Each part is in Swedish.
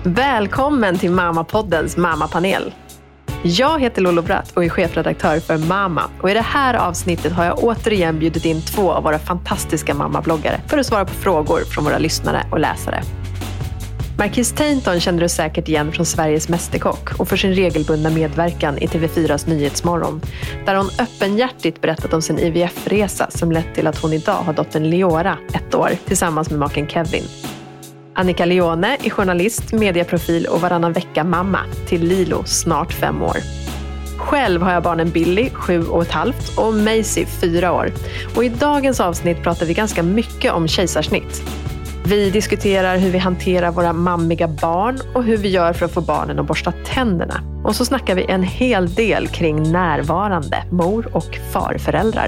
Välkommen till Mamma-poddens mammapanel. Jag heter Lolo Bratt och är chefredaktör för Mamma. Och i det här avsnittet har jag återigen bjudit in 2 av våra fantastiska mammabloggare för att svara på frågor från våra lyssnare och läsare. Marquise Tainton känner du säkert igen från Sveriges Mästerkock och för sin regelbundna medverkan i TV4s Nyhetsmorgon, där hon öppenhjärtigt berättat om sin IVF-resa som lett till att hon idag har dottern Leora, 1 år, tillsammans med maken Kevin. Annika Leone är journalist, medieprofil och varannan vecka mamma till Lilo, snart 5 år. Själv har jag barnen Billy, 7,5 och Maisie, 4 år. Och i dagens avsnitt pratar vi ganska mycket om kejsarsnitt. Vi diskuterar hur vi hanterar våra mammiga barn och hur vi gör för att få barnen att borsta tänderna. Och så snackar vi en hel del kring närvarande mor- och farföräldrar.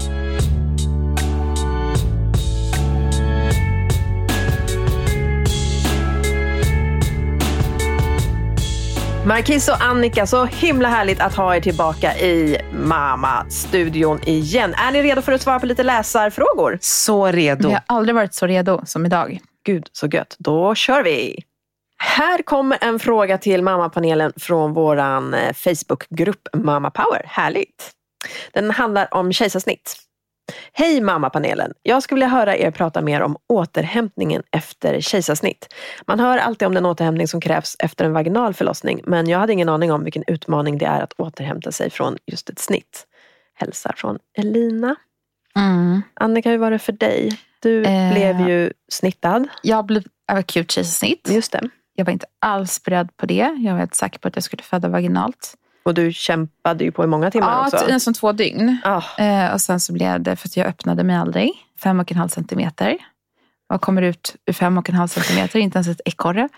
Marquise och Annika, så himla härligt att ha er tillbaka i Mamma-studion igen. Är ni redo för att svara på lite läsarfrågor? Så redo. Vi har aldrig varit så redo som idag. Gud, så gött. Då kör vi! Här kommer en fråga till mammapanelen från våran Facebookgrupp Mamma Power. Härligt! Den handlar om kejsarsnitt. Hej mammapanelen, jag skulle vilja höra er prata mer om återhämtningen efter kejsarsnitt. Man hör alltid om den återhämtning som krävs efter en vaginal förlossning, men jag hade ingen aning om vilken utmaning det är att återhämta sig från just ett snitt. Hälsar från Elina. Annika, hur var det för dig? Du blev ju snittad. Jag blev akut kejsarsnitt. Just det. Jag var inte alls beredd på det. Jag var helt säker på att jag skulle föda vaginalt. Och du kämpade ju på i många timmar också. Ja, nästan 2 dygn. Och sen så blev det, för att jag öppnade mig aldrig, 5,5 centimeter. Vad kommer ut ur 5,5 centimeter? Inte ens ett ekorre.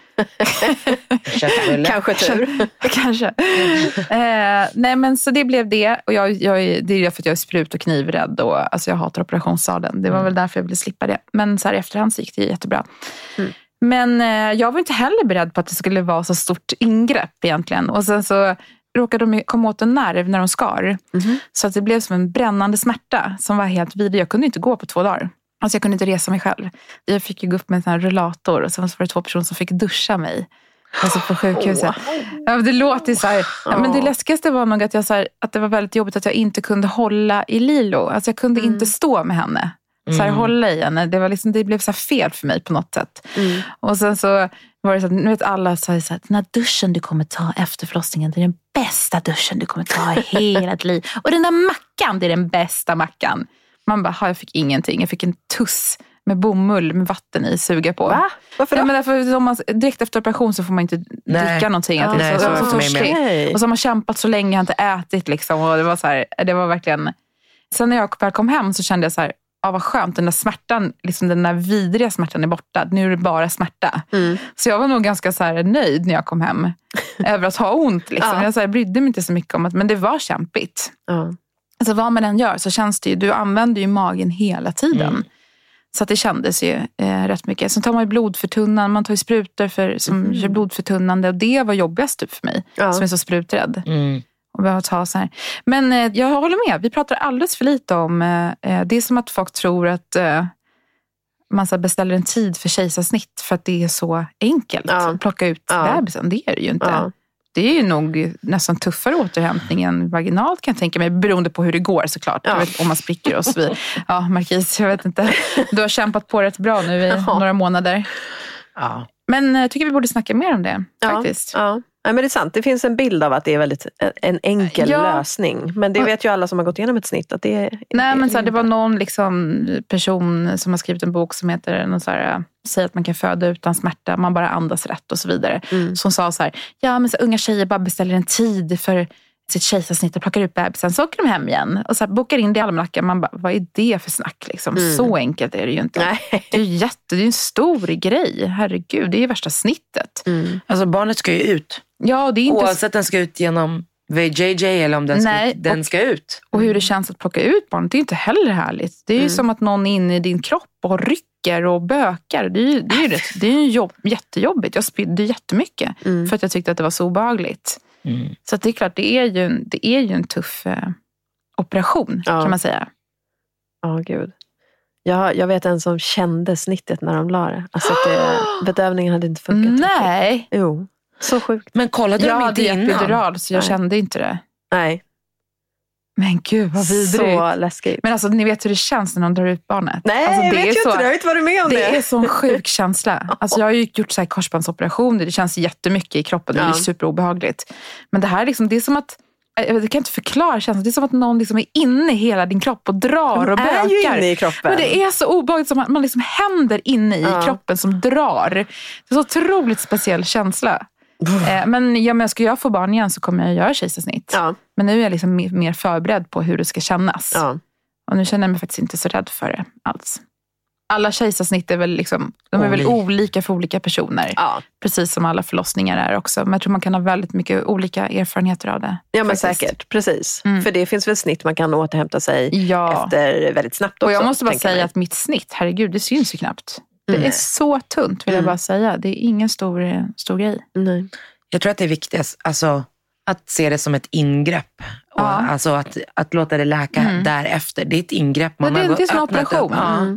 Kanske tur. Kanske. Nej, men så det blev det. Och det är för att jag är sprut- och knivrädd. Och, alltså jag hatar operationssalen. Det var väl därför jag ville slippa det. Men så här efterhand så gick det jättebra. Men jag var inte heller beredd på att det skulle vara så stort ingrepp egentligen. Och sen så råkade de komma åt en nerv när de skar. Så att det blev som en brännande smärta som var helt vidrig. Jag kunde inte gå på 2 dagar. Alltså jag kunde inte resa mig själv. Jag fick ju gå upp med en sån här rullator och sen var det 2 personer som fick duscha mig. Alltså på sjukhuset. Ja, det låter så här. Ja, men det läskigaste var nog att att det var väldigt jobbigt att jag inte kunde hålla i Lilo. Alltså jag kunde inte stå med henne. Så här, hålla i henne. Det var liksom, det blev så här fel för mig på något sätt. Och sen så var det så att, nu vet alla så här, den här duschen du kommer ta efter förlossningen, det är den bästa duschen du kommer ta i hela ditt liv. Och den där mackan, det är den bästa mackan. Man bara, jag fick ingenting. Jag fick en tuss med bomull med vatten i suga på. Va? Varför då? Ja, men därför, om man, direkt efter operation så får man inte dricka någonting. Och så har man kämpat så länge, jag har inte ätit liksom. Och det var så här, det var verkligen. Sen när jag väl kom hem så kände jag så här, vad skönt, den där smärtan, liksom den där vidriga smärtan är borta. Nu är det bara smärta. Så jag var nog ganska så här nöjd när jag kom hem. Över att ha ont liksom. Jag så här, brydde mig inte så mycket om att, men det var kämpigt. Alltså vad man än gör så känns det ju, du använder ju magen hela tiden. Så att det kändes ju rätt mycket. Sen tar man ju blodförtunnande, man tar ju sprutor som gör blodförtunnande. Och det var jobbigast typ för mig, som är så spruträdd. Och behöva ta så här. Men jag håller med, vi pratar alldeles för lite om, det är som att folk tror att man så beställer en tid för kejsarsnitt för att det är så enkelt att plocka ut bebisen. Det är det ju inte. Det är ju nog nästan tuffare återhämtning än vaginalt, kan jag tänka mig, beroende på hur det går såklart. Jag vet, om man spricker och så vidare. Ja, Marquise, jag vet inte. Du har kämpat på rätt bra nu i några månader. Men jag tycker vi borde snacka mer om det, faktiskt. Ja, men det är sant. Det finns en bild av att det är väldigt en enkel lösning. Men det vet ju alla som har gått igenom ett snitt. Att det är, nej, men så här, det var någon liksom person som har skrivit en bok som heter någon så här, säger att man kan föda utan smärta. Man bara andas rätt och så vidare. Som sa så här, ja men så unga tjejer bara beställer en tid för sitt kejsarsnitt och plockar ut bebisen. Så åker de hem igen och så här, bokar in det i almanackan. Man bara, vad är det för snack liksom? Så enkelt är det ju inte. Nej. Det är ju en stor grej. Herregud, det är ju värsta snittet. Alltså barnet ska ju ut. Ja, det är inte... Oavsett den ska ut genom VJJ eller om den ska ut. Och hur det känns att plocka ut barnet, det är inte heller härligt. Det är ju som att någon är inne i din kropp och rycker och bökar. Det är ju jättejobbigt. Jag spydde jättemycket för att jag tyckte att det var så obehagligt. Så att det är klart, det är ju en tuff operation kan man säga. Ja, gud. Jag vet en som kände snittet när de la det. Alltså att bedövningen hade inte funkat. Nej. Jo, så sjukt. Men kollade de inte innan? Jag hade epidural, så jag kände inte det. Nej. Men gud, vad vidrigt. Så läskigt. Men alltså, ni vet hur det känns när de drar ut barnet. Nej, alltså, jag vet ju inte. Jag vet vad du är med om det. Det är sån sjuk känsla. Alltså, jag har ju gjort så här korsbandsoperationer. Det känns jättemycket i kroppen. Det är superobehagligt. Men det här liksom, det är som att, jag kan inte förklara känslan. Det är som att någon liksom är inne i hela din kropp och drar och bökar. Är ju inne i kroppen. Men det är så obehagligt som att man liksom händer inne i kroppen som drar. Det är så otroligt speciell känsla. Men ska jag få barn igen så kommer jag göra kejsarsnitt. Ja. Men nu är jag liksom mer förberedd på hur det ska kännas. Ja. Och nu känner jag mig faktiskt inte så rädd för det alls. Alla kejsarsnitt är väl liksom, de är väl olika för olika personer. Ja. Precis som alla förlossningar är också. Men jag tror man kan ha väldigt mycket olika erfarenheter av det. Ja, men säkert. Precis. För det finns väl snitt man kan återhämta sig efter väldigt snabbt också. Och jag måste bara säga att mitt snitt, herregud, det syns ju knappt. Det är så tunt, vill jag bara säga. Det är ingen stor grej. Nej. Jag tror att det är viktigast att se det som ett ingrepp. Och alltså att låta det läka därefter. Det är ett ingrepp. Man det är som en operation.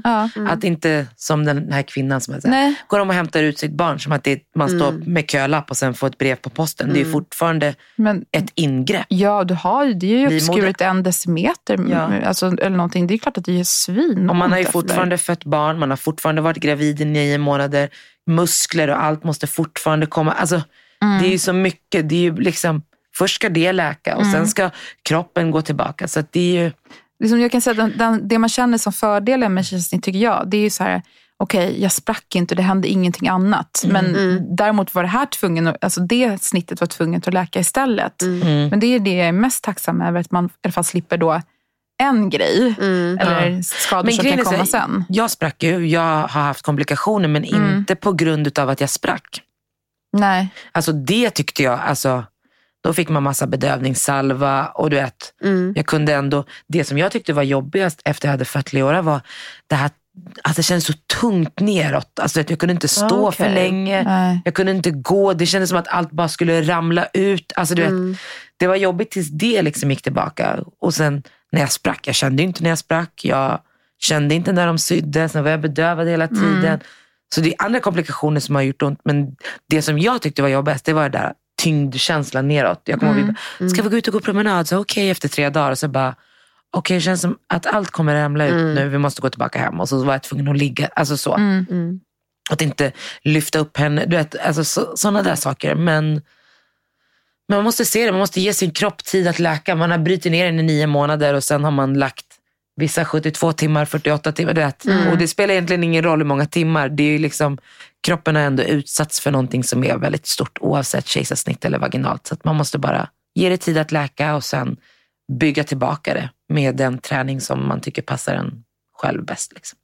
Att inte som den här kvinnan som går de och hämtar ut sitt barn som att man står med kölapp och sen får ett brev på posten. Det är fortfarande ett ingrepp. Ja, det är ju uppskurit 1 decimeter alltså, eller någonting. Det är klart att det är svin. Och man har ju fortfarande fött barn. Man har fortfarande varit gravid i 9 månader. Muskler och allt måste fortfarande komma. Alltså, det är ju så mycket. Det är ju liksom, först ska det läka och sen ska kroppen gå tillbaka. Så att det är ju... Liksom jag kan säga att det man känner som fördelen med kejsarsnitt, tycker jag, det är ju så här, okej, jag sprack inte, det hände ingenting annat. Men däremot var det här alltså det snittet var tvunget att läka istället. Men det är det jag är mest tacksam över, att man i alla fall slipper då en grej eller skador som kan komma sen. Jag sprack ju, jag har haft komplikationer, men inte på grund av att jag sprack. Nej. Alltså det tyckte jag, alltså då fick man massa bedövningssalva och du vet, jag kunde ändå, det som jag tyckte var jobbigast efter jag hade fött Leora var det här, att det kändes så tungt neråt. Alltså jag kunde inte stå för länge. Jag kunde inte gå. Det kändes som att allt bara skulle ramla ut. Alltså du vet, det var jobbigt tills det liksom gick tillbaka. Och sen när jag sprack, jag kände inte när jag sprack. Jag kände inte när de sydde. Sen var jag bedövad hela tiden. Så det är andra komplikationer som har gjort ont. Men det som jag tyckte var jobbigast, det var det där tyngdkänslan neråt. Jag kommer ihåg, ska vi gå ut och gå promenad? Så okej, efter 3 dagar så bara, okej, det känns som att allt kommer ramla ut nu. Vi måste gå tillbaka hem. Och så var jag tvungen att ligga. Alltså så. Att inte lyfta upp henne. Du vet, alltså sådana där saker. Men man måste se det. Man måste ge sin kropp tid att läka. Man har brutit ner den i 9 månader. Och sen har man lagt vissa 72 timmar, 48 timmar. Du vet. Och det spelar egentligen ingen roll hur många timmar. Det är ju liksom, kroppen har ändå utsatts för någonting som är väldigt stort. Oavsett kejsarsnitt eller vaginalt. Så att man måste bara ge det tid att läka. Och sen bygga tillbaka det med den träning som man tycker passar en själv bäst. Liksom.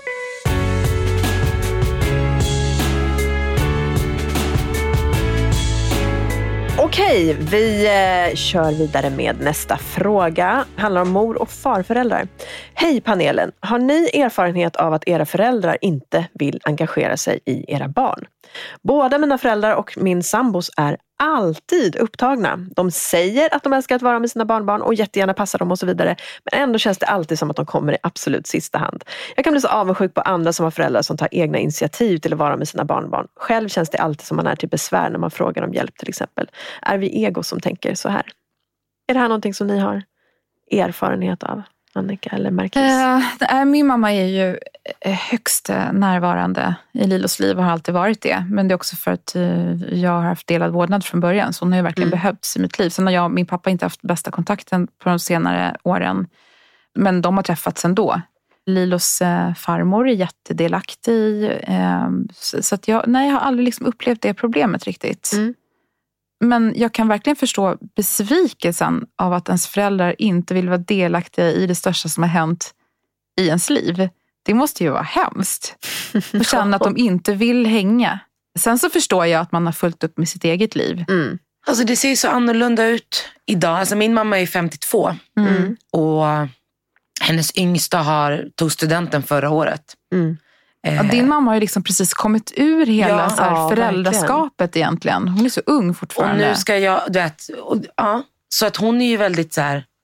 Okej, vi kör vidare med nästa fråga. Det handlar om mor- och farföräldrar. Hej panelen, har ni erfarenhet av att era föräldrar inte vill engagera sig i era barn? Båda mina föräldrar och min sambos är alltid upptagna. De säger att de älskar att vara med sina barnbarn och jättegärna passar dem och så vidare. Men ändå känns det alltid som att de kommer i absolut sista hand. Jag kan bli så avundsjuk på andra som har föräldrar som tar egna initiativ till att vara med sina barnbarn. Själv känns det alltid som man är till besvär när man frågar om hjälp till exempel. Är vi ego som tänker så här? Är det här någonting som ni har erfarenhet av, Annika eller Marquis? Min mamma är ju högst närvarande i Lilos liv och har alltid varit det. Men det är också för att jag har haft delad vårdnad från början. Så hon har ju verkligen behövts i mitt liv. Sen har jag och min pappa inte haft bästa kontakten på de senare åren. Men de har träffats ändå. Lilos farmor är jättedelaktig. Så att jag har aldrig liksom upplevt det problemet riktigt. Men jag kan verkligen förstå besvikelsen av att ens föräldrar inte vill vara delaktiga i det största som har hänt i ens liv. Det måste ju vara hemskt. Och känna att de inte vill hänga. Sen så förstår jag att man har fullt upp med sitt eget liv. Alltså det ser ju så annorlunda ut idag. Alltså min mamma är 52. Och hennes yngsta tog studenten förra året. Ja, din mamma har ju liksom precis kommit ur hela föräldraskapet verkligen. Egentligen. Hon är så ung fortfarande. Och nu ska jag, du vet, så att hon är ju väldigt så här,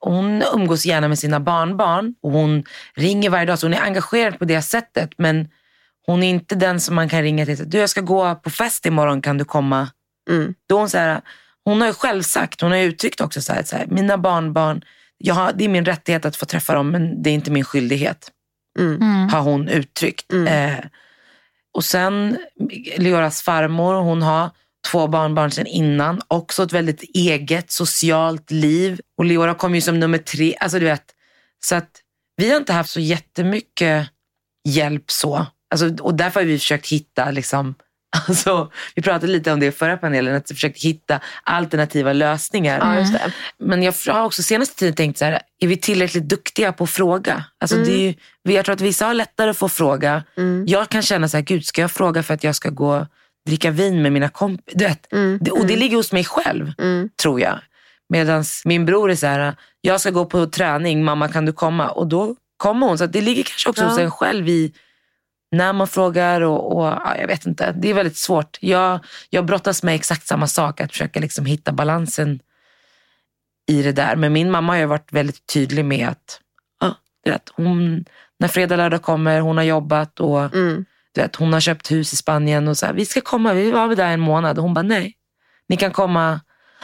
hon umgås gärna med sina barnbarn. Och hon ringer varje dag, så hon är engagerad på det sättet. Men hon är inte den som man kan ringa till. Du, jag ska gå på fest imorgon, kan du komma? Då hon så här, hon har ju själv sagt, hon har uttryckt också så här, mina barnbarn, det är min rättighet att få träffa dem, men det är inte min skyldighet. Har hon uttryckt. Och sen Leoras farmor, hon har 2 barnbarn sedan innan. Också ett väldigt eget socialt liv. Och Leora kom ju som nummer 3. Alltså du vet. Så att vi har inte haft så jättemycket hjälp så. Alltså, och därför har vi försökt hitta liksom, alltså, vi pratade lite om det i förra panelen, att vi försökt hitta alternativa lösningar. Ja, just det. Men jag har också senaste tiden tänkt så här, är vi tillräckligt duktiga på att fråga? Alltså det är ju, jag tror att vissa har lättare att få fråga. Jag kan känna så här, gud, ska jag fråga för att jag ska gå dricka vin med mina kompisar? Du vet, och det ligger hos mig själv, tror jag. Medan min bror är så här, jag ska gå på träning, mamma kan du komma? Och då kommer hon. Så att det ligger kanske också hos en själv i när man frågar och jag vet inte. Det är väldigt svårt. Jag brottas med exakt samma sak, att försöka liksom hitta balansen i det där. Men min mamma har ju varit väldigt tydlig med att du vet, hon, när fredag lördag kommer, hon har jobbat och du vet, hon har köpt hus i Spanien och så här, vi ska komma, vi var där en månad. Och hon bara, nej, ni kan komma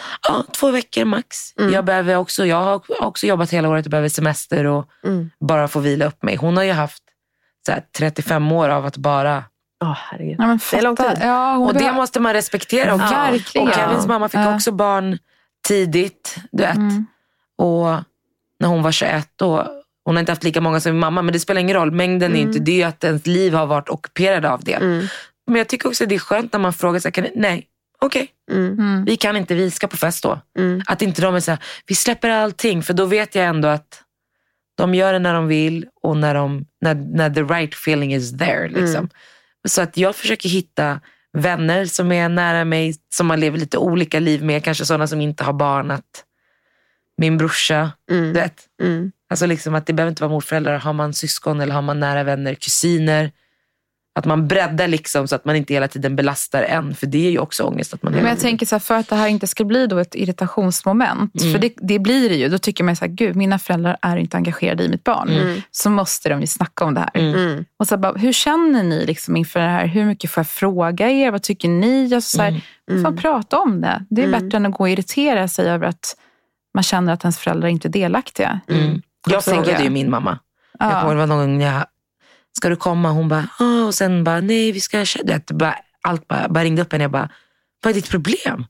2 veckor max. Jag har också jobbat hela året och behöver semester och bara få vila upp mig. Hon har ju haft så här, 35 år av att bara herregud. Ja, men det är lång tid. Ja, och det måste man respektera. Och Kevins mamma fick också barn tidigt, du vet. Och när hon var 21 och hon har inte haft lika många som min mamma, men det spelar ingen roll. Mängden är inte det, att ens liv har varit ockuperad av det. Men jag tycker också att det är skönt när man frågar sig, nej, okej. Vi kan inte, vi ska på fest då. Att inte de är så här, vi släpper allting, för då vet jag ändå att de gör det när de vill och när the right feeling is there liksom. Så att jag försöker hitta vänner som är nära mig, som man lever lite olika liv med, kanske sådana som inte har barn, att min brorsa, du vet. Alltså liksom att det behöver inte vara morföräldrar, har man syskon eller har man nära vänner, kusiner, att man breddar liksom så att man inte hela tiden belastar en, för det är ju också ångest att man. Men jag tänker så här, för att det här inte ska bli då ett irritationsmoment, för det blir det ju, då tycker man så här, gud, mina föräldrar är inte engagerade i mitt barn, så måste de ju snacka om det här. Och så bara, hur känner ni liksom inför det här, hur mycket får jag fråga er, vad tycker ni, alltså så här, får prata om det. Det är bättre än att gå och irritera sig över att man känner att ens föräldrar inte är delaktiga. Jag frågade ju min mamma. Jag kommer någon gång ska du komma? Hon bara, och sen bara, nej, vi ska köra. Allt bara ringde upp henne. Jag bara, vad är ditt problem?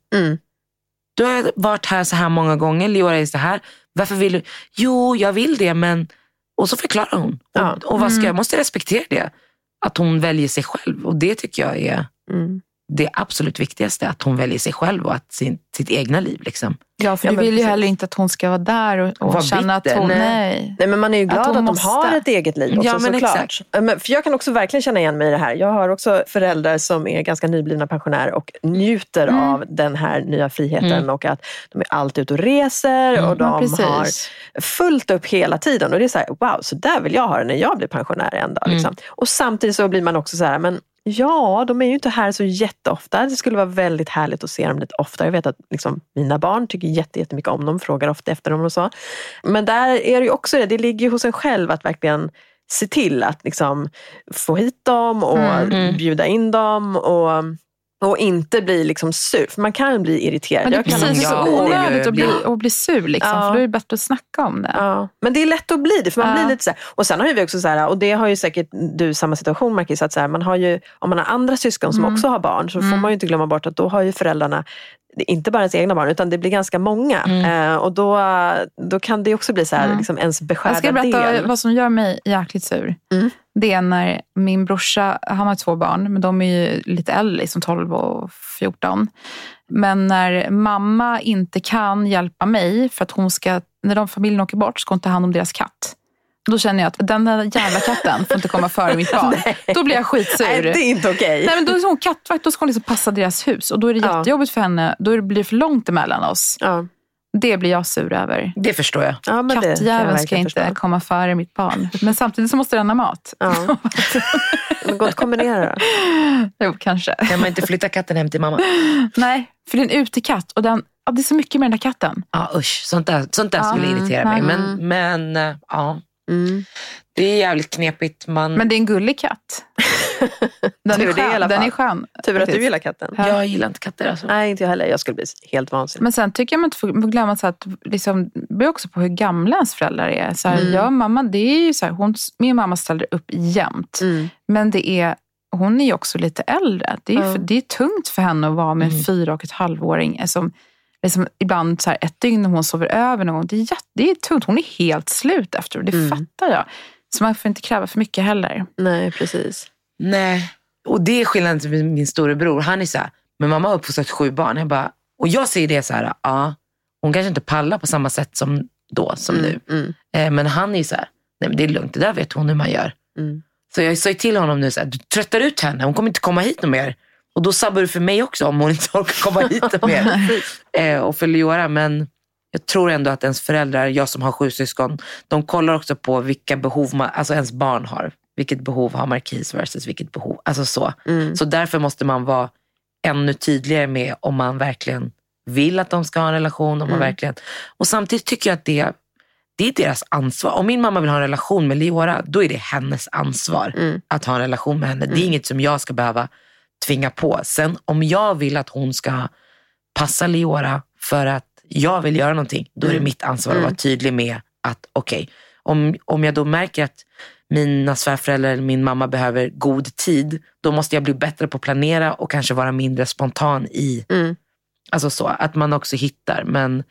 Du har varit här så här många gånger. Leora är så här. Varför vill du? Jo, jag vill det, men... Och så förklarar hon. Och vad ska jag måste respektera det. Att hon väljer sig själv. Och det tycker jag är det absolut viktigaste. Att hon väljer sig själv och att sitt egna liv liksom. Ja, för du vill ju heller inte att hon ska vara där och känna bitter. Att hon... Nej, men man är ju glad att de har ett eget liv också, ja, men såklart. För jag kan också verkligen känna igen mig i det här. Jag har också föräldrar som är ganska nyblivna pensionärer och njuter av den här nya friheten och att de är alltid ute och reser och de har fullt upp hela tiden. Och det är så här, wow, så där vill jag ha det när jag blir pensionär en dag. Liksom. Och samtidigt så blir man också så här, men ja, de är ju inte här så jätteofta. Det skulle vara väldigt härligt att se dem lite ofta. Jag vet att liksom, mina barn tycker jättemycket om dem, frågar ofta efter dem och så. Men där är det ju också det ligger ju hos en själv att verkligen se till att liksom, få hit dem och bjuda in dem och inte bli liksom sur. För man kan bli irriterad. Men det är precis så onödigt att bli sur. Liksom, för då är det bättre att snacka om det. Ja. Men det är lätt att bli det. För man blir lite så här. Och sen har vi också så här. Och det har ju säkert du samma situation, Marquis. Att så här, man har ju, om man har andra syskon som också har barn. Så får man ju inte glömma bort att då har ju föräldrarna inte bara ens egna barn, utan det blir ganska många. Och då kan det också bli så här, liksom ens beskärda del. Jag ska berätta vad som gör mig jäkligt sur. Det är när min brorsa, han har 2 barn, men de är ju lite äldre, liksom 12 och 14. Men när mamma inte kan hjälpa mig för att hon ska, när familjen åker bort, ska hon ta hand om deras katt. Då känner jag att den där jävla katten får inte komma före mitt barn. Då blir jag skitsur. Nej, det är inte okej. Nej, men då är hon kattvakt, då ska hon liksom passa deras hus. Och då är det jättejobbigt för henne. Då blir det för långt emellan oss. Ja. Det blir jag sur över. Det förstår jag. Ja, kattjäveln ska inte komma före mitt barn. Men samtidigt så måste den ha mat. Ja. Men gott kombinera då. Jo, kanske. Kan man inte flytta katten hem till mamma? Nej, för det är en utekatt. Och den, det är så mycket med den där katten. Ja, usch. Sånt där skulle irritera mig. Men ja. Det är jävligt knepigt. Men det är en gullig katt. Den är skön. Tur att du gillar katten. Ja. Jag gillar inte katter. Alltså. Nej, inte jag heller. Jag skulle bli helt vansinnig. Men sen tycker jag man inte får glömma så att liksom, det beror också på hur gamla ens föräldrar är. Så här, jag och mamma, det är ju så här, min mamma ställer upp jämt. Men hon är ju också lite äldre. Det är tungt för henne att vara med en 4,5-åring som liksom, ibland så här, ett dygn när hon sover över någon gång. Det är tungt. Hon är helt slut efter det fattar jag. Så man får inte kräva för mycket heller. Nej, precis. Nej, och det är skillnaden med min storebror. Han är så här, men mamma har uppfostrat 7 barn. Och jag säger det så här, hon kanske inte pallar på samma sätt som nu. Men han är så här, nej men det är lugnt, det där vet hon hur man gör. Så jag säger till honom nu så här, du tröttar ut henne, hon kommer inte komma hit någon mer. Och då sabbar du för mig också om hon inte orkar komma hit mer. Och för Leora, men jag tror ändå att ens föräldrar, jag som har 7 syskon, de kollar också på vilka behov alltså ens barn har. Vilket behov har Marquis versus vilket behov. Alltså så. Så därför måste man vara ännu tydligare med om man verkligen vill att de ska ha en relation. Om man verkligen... Och samtidigt tycker jag att det är deras ansvar. Om min mamma vill ha en relation med Leora, då är det hennes ansvar att ha en relation med henne. Det är inget som jag ska behöva tvinga på. Sen om jag vill att hon ska passa Leora för att jag vill göra någonting, då är det mitt ansvar att vara tydlig med att okej, om jag då märker att mina svärföräldrar eller min mamma behöver god tid, då måste jag bli bättre på att planera och kanske vara mindre spontan i alltså så, att man också hittar. Men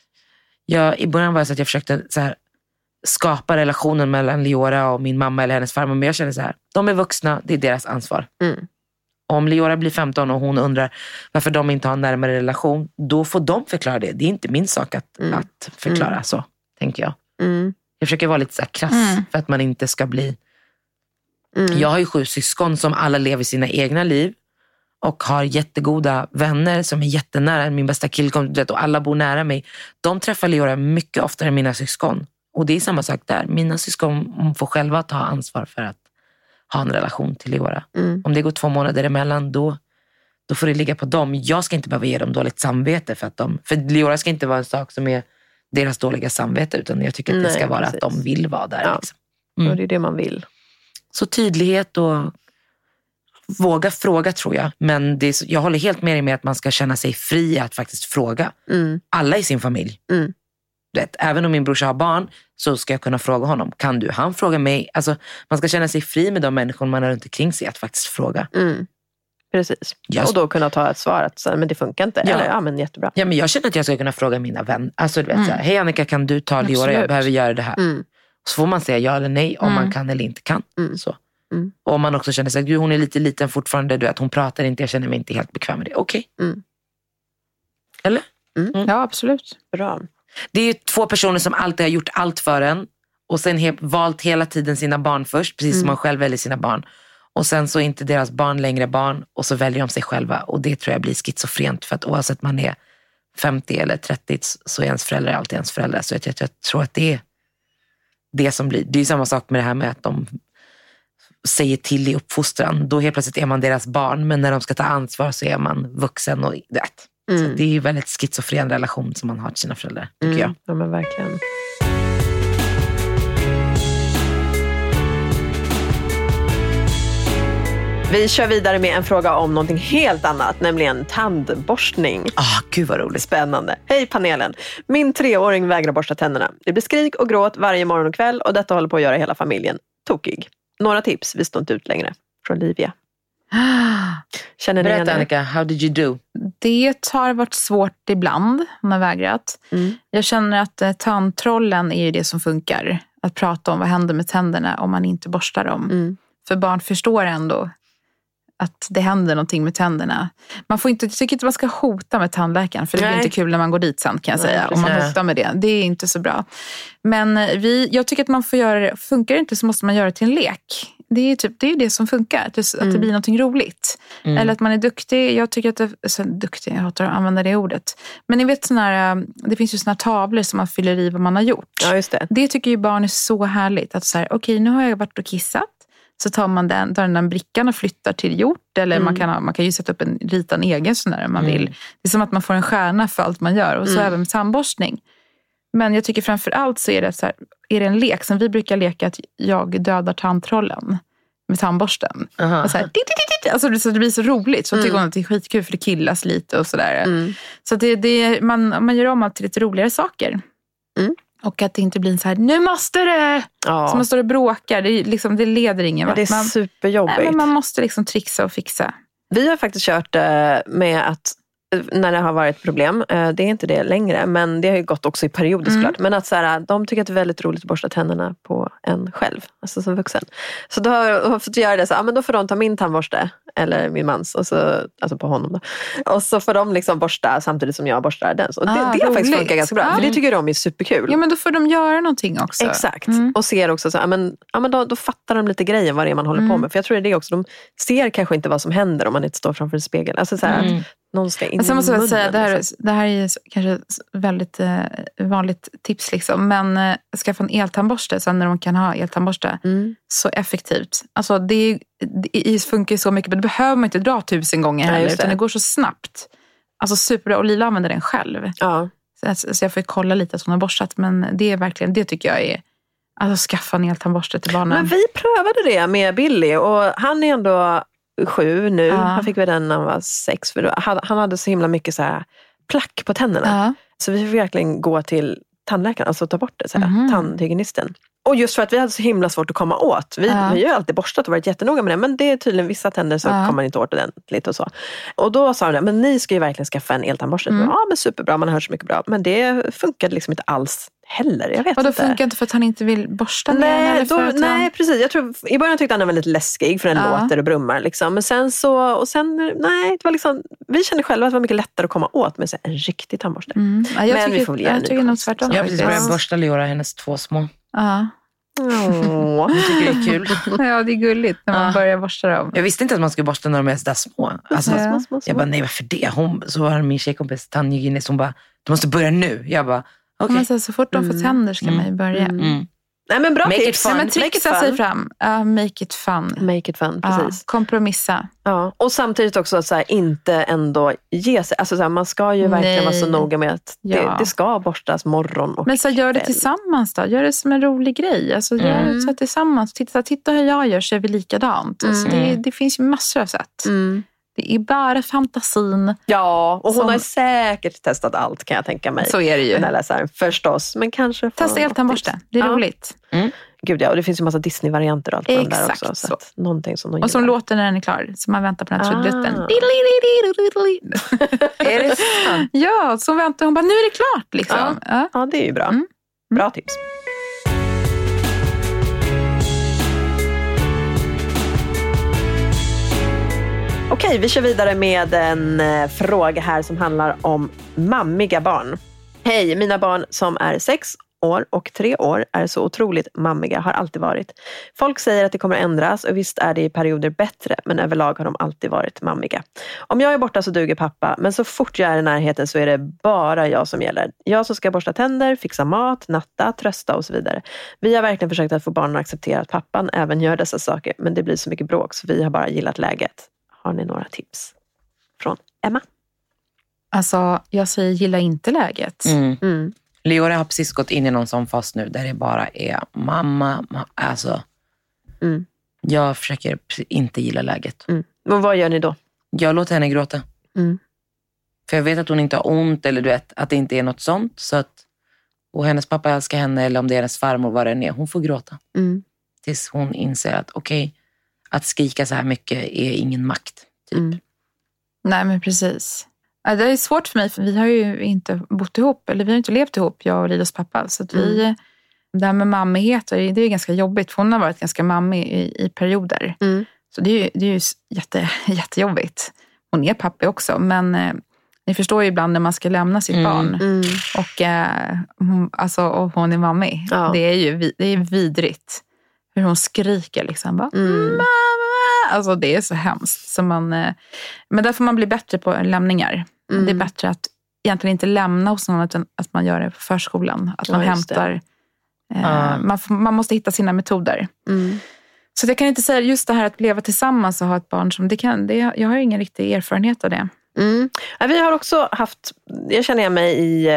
i början var det så att jag försökte så här, skapa relationen mellan Leora och min mamma eller hennes farmor, men jag känner så här, de är vuxna, det är deras ansvar. Om Leora blir 15 och hon undrar varför de inte har en närmare relation, då får de förklara det. Det är inte min sak att förklara så, tänker jag. Jag försöker vara lite så här krass för att man inte ska bli... Jag har ju 7 syskon som alla lever sina egna liv och har jättegoda vänner som är jättenära. Min bästa killkompis och alla bor nära mig. De träffar Leora mycket oftare än mina syskon. Och det är samma sak där. Mina syskon får själva ta ansvar för att ha en relation till Leora. Om det går 2 månader emellan, då får det ligga på dem. Jag ska inte behöva ge dem dåligt samvete för Leora ska inte vara en sak som är deras dåliga samvete, utan jag tycker att det ska vara att de vill vara där. Ja. Liksom. Och det är det man vill. Så tydlighet och våga fråga, tror jag. Men jag håller helt med dig med att man ska känna sig fri att faktiskt fråga. Alla i sin familj. Även om min brorsa har barn så ska jag kunna fråga honom. Kan du? Han frågar mig. Alltså, man ska känna sig fri med de människor man har runt omkring sig att faktiskt fråga. Precis. Och då kunna ta ett svar att men det funkar inte. Ja. Eller men jättebra. Ja, men jag känner att jag ska kunna fråga mina vänner. Alltså du vet så här, hej Annika, kan du ta Leora? Jag behöver göra det här. Så får man säga ja eller nej om man kan eller inte kan. Så. Och om man också känner sig, hon är lite liten fortfarande, du vet, hon pratar inte, jag känner mig inte helt bekväm med det. Okej. Eller? Ja, absolut. Bra. Det är ju 2 personer som alltid har gjort allt för en och sen valt hela tiden sina barn först, precis som man själv väljer sina barn. Och sen så är inte deras barn längre barn och så väljer de sig själva. Och det tror jag blir schizofrent, för att oavsett man är 50 eller 30 så är ens föräldrar alltid ens föräldrar. Så jag tror att det är det som blir. Det är samma sak med det här med att de säger till i uppfostran. Då helt plötsligt är man deras barn, men när de ska ta ansvar så är man vuxen och det. Så det är ju väldigt schizofren relation som man har till sina föräldrar, tycker jag. Ja, men verkligen. Vi kör vidare med en fråga om någonting helt annat, nämligen tandborstning. Gud vad roligt. Spännande. Hej panelen. Min 3-åring vägrar borsta tänderna. Det blir skrik och gråt varje morgon och kväll och detta håller på att göra hela familjen tokig. Några tips, vi står inte ut längre. Från Livia. Känner ni igen det? Berätta Annika, how did you do? Det har varit svårt ibland, hon har vägrat. Jag känner att tandtrollen är ju det som funkar. Att prata om vad händer med tänderna om man inte borstar dem. För barn förstår ändå att det händer någonting med tänderna. Man får inte, jag tycker inte man ska hota med tandläkaren, för det blir inte kul när man går dit sen, kan jag säga. Om man hotar med det. Det är inte så bra. Men jag tycker att man får göra det. Funkar det inte så måste man göra det till en lek. Det är det som funkar. Att det blir någonting roligt. Eller att man är duktig. Jag tycker att duktig, jag hatar att använda det ordet. Men ni vet det finns ju såna tavlor som man fyller i vad man har gjort. Ja, just det. Det tycker ju barn är så härligt. Att okej, nu har jag varit och kissat. Så tar man den där brickan och flyttar till gjort. Eller man kan ju sätta upp rita en egen sån där om man vill. Det är som att man får en stjärna för allt man gör. Och så även med tandborstning. Men jag tycker framförallt så är det så här, är det en lek som vi brukar leka att jag dödar tandtrollen med tandborsten. Och så här, alltså det blir så roligt. Så tycker hon att det är skitkul för det killas lite och sådär. Så att man gör om allt till lite roligare saker. Och att det inte blir så här, nu måste det! Så man står och bråkar. Det leder ingen vart. Det är superjobbigt. Nej, men man måste liksom trixa och fixa. Vi har faktiskt kört med att när det har varit problem, det är inte det längre, men det har ju gått också i perioder såklart, men att så här, de tycker att det är väldigt roligt att borsta tänderna på en själv, alltså som vuxen. Så då har jag fått göra det så, men då får de ta min tandborste eller min mans, och så, alltså på honom då. Och så får de liksom borsta samtidigt som jag borstar den. Och det har faktiskt funkat ganska bra, för det tycker de är superkul. Ja, men då får de göra någonting också. Exakt, och ser också så, men då fattar de lite grejer vad det är man håller på med. För jag tror det är det också, de ser kanske inte vad som händer om man inte står framför en spegel. Alltså så här, någon ska in i munnen. Jag säga, det här är kanske väldigt vanligt tips liksom. Men skaffa en eltandborste sen när de kan ha eltandborste. Så effektivt. Alltså det funkar ju så mycket, men det behöver man inte dra 1000 gånger heller. Utan det går så snabbt. Alltså superbra. Och Lila använder den själv. Ja. Så jag får kolla lite att hon har borstat. Men det är verkligen, det tycker jag är, alltså skaffa en eltandborste till barnen. Men vi prövade det med Billy. Och han är ändå 7 nu. Han fick väl den när han var 6. För han hade så himla mycket så här plack på tänderna. Så vi fick verkligen gå till tandläkaren, alltså ta bort det, så här, tandhygienisten. Och just för att vi hade så himla svårt att komma åt. Vi har ju alltid borstat och varit jättenoga med det. Men det är tydligen vissa tänder så kommer man inte åt ordentligt och så. Och då sa de, men ni ska ju verkligen skaffa en eltandborste. Ja, men superbra, man har hört så mycket bra. Men det funkade liksom inte alls heller. Jag vet inte. Och då funkar inte för att han inte vill borsta nej, nej, precis. Jag tror, i början tyckte han var lite läskig för den låter och brummar. Liksom. Men sen nej, det var liksom, vi kände själva att det var mycket lättare att komma åt med en riktig tandborste. Men vi får väl göra jag tycker nog tvärtom. Jag har precis börjat borsta Leora, hennes 2 små. Jag tycker det är kul. Ja, det är gulligt när man börjar borsta dem. Jag visste inte att man skulle borsta när de är så där små. Alltså, små. Jag bara, nej varför det? Så var min tjejkompis tandhygienist, hon bara, du måste börja nu. Jag bara, okej. Okay. Så fort de får tänder ska man ju börja. Nej, men bra make tips. It fun. Men trixa sig fram. Make it fun. Make it fun, precis. Kompromissa. Ja. Och samtidigt också att så här, inte ändå ge sig. Alltså, så här, man ska ju verkligen vara så noga med att det ska borstas morgon och men så gör det tillsammans då. Gör det som en rolig grej. Alltså, gör det så tillsammans. Titta hur jag gör, så är vi likadant. Alltså, det finns ju massor av sätt. Det är bara fantasin. Ja, och hon har säkert testat allt, kan jag tänka mig. Så är det ju. Läsaren, förstås, men kanske testa eltandborste. Det är roligt. Gud ja, och det finns ju massa Disney-varianter och allt på den där också. Så att någonting som de och som låter när den är klar. Så man väntar på den här trudelutten. Är det sant? Ja, så väntar hon bara, nu är det klart liksom. Ja, det är ju bra. Bra tips. Okej, vi kör vidare med en fråga här som handlar om mammiga barn. Hej, mina barn som är 6 år och 3 år är så otroligt mammiga, har alltid varit. Folk säger att det kommer att ändras och visst är det i perioder bättre, men överlag har de alltid varit mammiga. Om jag är borta så duger pappa, men så fort jag är i närheten så är det bara jag som gäller. Jag som ska borsta tänder, fixa mat, natta, trösta och så vidare. Vi har verkligen försökt att få barnen att acceptera att pappan även gör dessa saker, men det blir så mycket bråk så vi har bara gillat läget. Har ni några tips? Från Emma. Alltså, jag säger gilla inte läget. Leora har precis gått in i någon sån fas nu där det bara är mamma. Alltså, jag försöker inte gilla läget. Men vad gör ni då? Jag låter henne gråta. För jag vet att hon inte har ont eller du vet, att det inte är något sånt. Så att, och hennes pappa älskar henne eller om det är hennes farmor, vad det är. Hon får gråta. Tills hon inser att okej, att skrika så här mycket är ingen makt. Typ. Nej, men precis. Det är svårt för mig, för vi har ju inte bott ihop, eller vi har inte levt ihop, jag och Lidas pappa. Så att det här med mammighet, det är ganska jobbigt. För hon har varit ganska mammig i perioder. Så det är ju jättejobbigt. Hon är pappa också, men ni förstår ju ibland när man ska lämna sitt barn. Och hon är mammig. Ja. Det är vidrigt. Hur hon skriker liksom. Bara, mamma! Alltså det är så hemskt. Så men där får man bli bättre på lämningar. Det är bättre att egentligen inte lämna hos någon, utan att man gör det på förskolan. Att man hämtar. Man måste hitta sina metoder. Så jag kan inte säga just det här att leva tillsammans och ha ett barn som jag har ingen riktig erfarenhet av det. Ja, vi har också haft, jag känner mig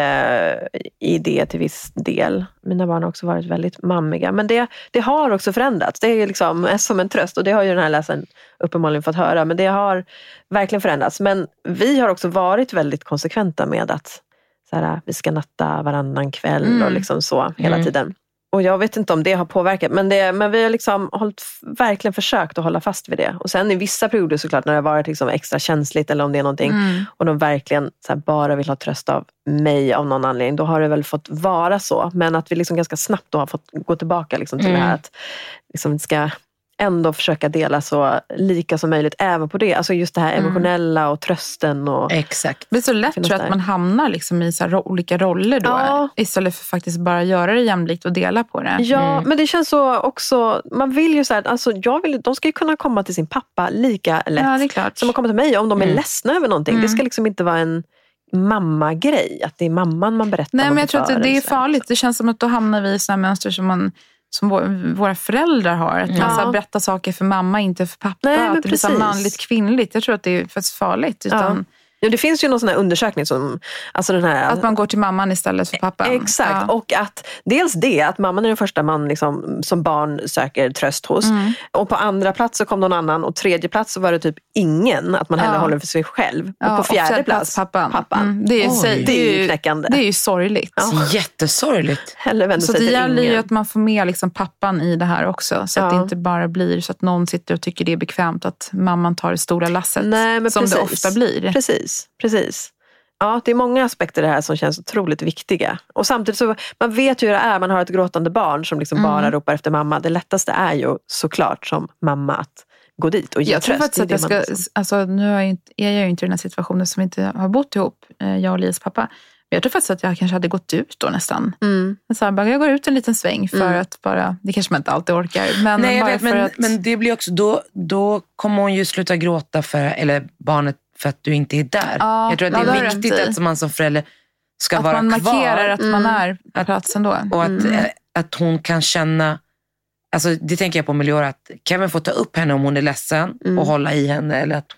i det till viss del. Mina barn har också varit väldigt mammiga. Men det har också förändrats. Det är liksom som en tröst. Och det har ju den här läsaren uppenbarligen fått höra. Men det har verkligen förändrats. Men vi har också varit väldigt konsekventa med att så här, vi ska natta varannan kväll och liksom så hela tiden. Och jag vet inte om det har påverkat. Men vi har liksom verkligen försökt att hålla fast vid det. Och sen i vissa perioder såklart när det har varit liksom extra känsligt eller om det är någonting. Och de verkligen så här, bara vill ha tröst av mig av någon anledning. Då har det väl fått vara så. Men att vi liksom ganska snabbt då har fått gå tillbaka liksom till det här att liksom vi ska ändå försöka dela så lika som möjligt även på det. Alltså just det här emotionella och trösten. Och exakt. Det är så lätt tror jag att man hamnar liksom i så här olika roller då. Ja. Istället för faktiskt bara göra det jämlikt och dela på det. Ja, men det känns så också, man vill ju så här, alltså de ska ju kunna komma till sin pappa lika lätt som att komma till mig om de är ledsna över någonting. Det ska liksom inte vara en mamma-grej, att det är mamman man berättar. Nej, men jag tror att det är farligt. Det känns som att då hamnar vi i sådana mönster som våra föräldrar har. Att man så berättar saker för mamma, inte för pappa. Nej, att det blir så manligt, kvinnligt. Jag tror att det är faktiskt farligt. Utan Ja, det finns ju någon sån här undersökning som, alltså den här, att man går till mamman istället för pappan. Exakt, och att dels det, att mamman är den första man liksom, som barn söker tröst hos. Och på andra plats så kom någon annan, och tredje plats så var det typ ingen, att man hellre håller för sig själv. Och på fjärde plats pappan. Det är ju knäckande. Det är ju sorgligt. Jättesorgligt. Så det gäller ju att man får med liksom pappan i det här också. Så att det inte bara blir så att någon sitter och tycker det är bekvämt att mamman tar det stora lasset. Nej, men som det ofta blir. Precis. Ja, det är många aspekter det här som känns otroligt viktiga. Och samtidigt så, man vet ju hur det är, man har ett gråtande barn som liksom bara ropar efter mamma. Det lättaste är ju såklart som mamma att gå dit och ge tröst. Jag tror faktiskt att alltså, nu är jag ju inte i den här situationen som inte har bott ihop, jag och Lias pappa. Men jag tror faktiskt att jag kanske hade gått ut då nästan. Så här, jag går ut en liten sväng för att bara, det kanske man inte alltid orkar. Men nej, jag bara vet, men det blir också, då kommer hon ju sluta gråta eller barnet för att du inte är där. Ja, jag tror att det är viktigt att man som förälder ska vara kvar. Att man markerar att man är på platsen då. Och att hon kan känna, alltså det tänker jag på Meliora, att Kevin får ta upp henne om hon är ledsen och hålla i henne. Eller att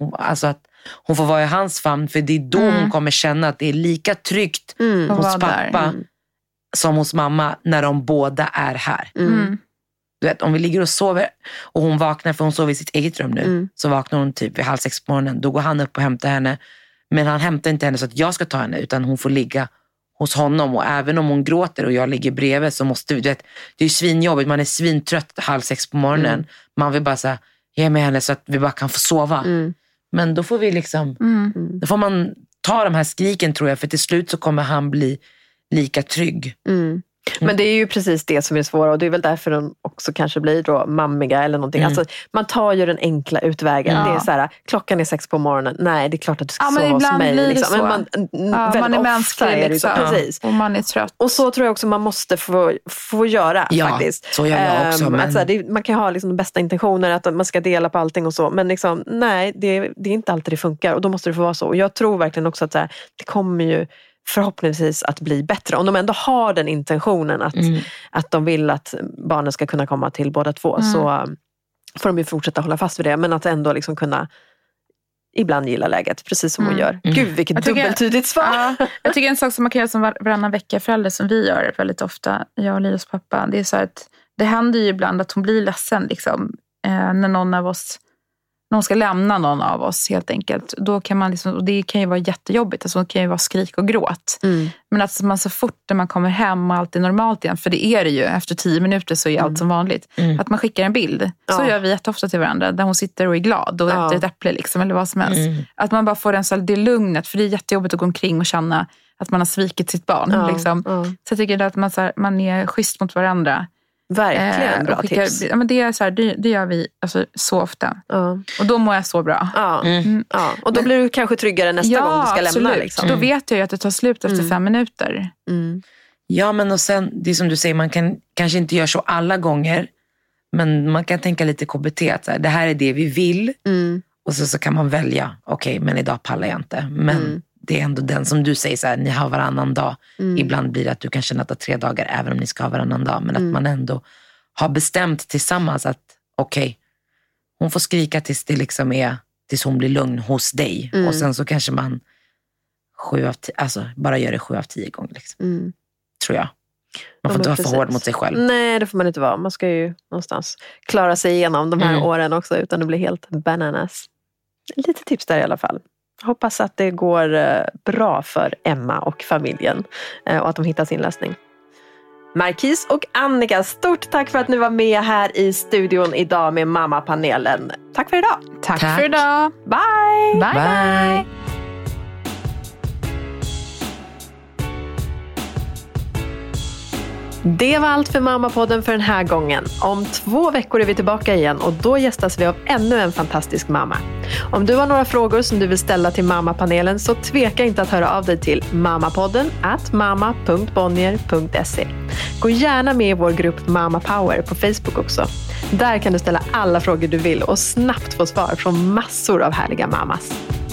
hon får vara i hans famn, för det är då hon kommer känna att det är lika tryggt hos pappa som hos mamma när de båda är här. Du vet, om vi ligger och sover och hon vaknar, för hon sover i sitt eget rum nu, så vaknar hon typ vid 5:30 på morgonen. Då går han upp och hämtar henne, men han hämtar inte henne så att jag ska ta henne, utan hon får ligga hos honom. Och även om hon gråter och jag ligger bredvid, så måste vi, du vet, det är ju svinjobbigt, man är svintrött 5:30 på morgonen. Man vill bara säga, ge mig henne så att vi bara kan få sova. Men då får vi liksom, då får man ta de här skriken, tror jag, för till slut så kommer han bli lika trygg. Men det är ju precis det som är svårt, och det är väl därför de också kanske blir då mammiga eller någonting. Alltså, man tar ju den enkla utvägen. Det är så här, klockan är 6 på morgonen. Nej, det är klart att du ska sova hos mig. Liksom. Men man är mänsklig liksom. Precis. Och man är trött. Och så tror jag också man måste få göra faktiskt. Så gör jag också. Men... Att, man kan ha liksom de bästa intentioner, att man ska dela på allting och så. Men liksom, nej, det är inte alltid det funkar. Och då måste det få vara så. Och jag tror verkligen också att så här, det kommer ju förhoppningsvis att bli bättre. Om de ändå har den intentionen att de vill att barnen ska kunna komma till båda två, så får de ju fortsätta hålla fast vid det. Men att ändå liksom kunna ibland gilla läget, precis som hon gör. Gud, vilket dubbeltydigt svar. Jag tycker en sak som man kan göra som varannan vecka förälder, som vi gör väldigt ofta, jag och Lias pappa, det är så att det händer ju ibland att hon blir ledsen liksom, när någon ska lämna någon av oss helt enkelt. Då kan man liksom, och det kan ju vara jättejobbigt. Alltså det kan ju vara skrik och gråt. Men att man så fort när man kommer hem och allt är normalt igen, för det är det ju, efter 10 minuter så är allt som vanligt. Att man skickar en bild. Så gör vi jätteofta till varandra, där hon sitter och är glad och äter ett äpple liksom, eller vad som helst. Att man bara får det lugnet, för det är jättejobbigt att gå omkring och känna att man har svikit sitt barn. Liksom. Så jag tycker att man är schysst mot varandra. Verkligen bra tips. Ja, men det är så här, det gör vi alltså, så ofta. Och då mår jag så bra. Och då blir du kanske tryggare nästa gång du ska lämna. Liksom. Då vet jag ju att det tar slut efter 5 minuter. Ja, men och sen, det är som du säger, man kan kanske inte göra så alla gånger. Men man kan tänka lite KBT. Att så här, det här är det vi vill. Och så kan man välja, okej, men idag pallar jag inte. Men det är ändå den som du säger, så här, ni har varannan dag. Ibland blir det att du kan känna att det är 3 dagar även om ni ska ha varannan dag. Men att man ändå har bestämt tillsammans att okej, hon får skrika tills det liksom är, tills hon blir lugn hos dig. Och sen så kanske man 7 av 10, alltså bara gör det 7 av 10 gånger liksom. Tror jag. Man får inte vara för hård mot sig själv. Nej, det får man inte vara. Man ska ju någonstans klara sig igenom de här åren också utan att bli helt bananas. Lite tips där i alla fall. Hoppas att det går bra för Emma och familjen och att de hittar sin lösning. Marquis och Annika, stort tack för att ni var med här i studion idag med Mammapanelen. Tack för idag. Tack för idag. Bye. Bye. Bye. Det var allt för Mammapodden för den här gången. Om 2 veckor är vi tillbaka igen och då gästas vi av ännu en fantastisk mamma. Om du har några frågor som du vill ställa till Mammapanelen så tveka inte att höra av dig till mammapodden@mamma.bonnier.se. Gå gärna med i vår grupp Mamma Power på Facebook också. Där kan du ställa alla frågor du vill och snabbt få svar från massor av härliga mammas.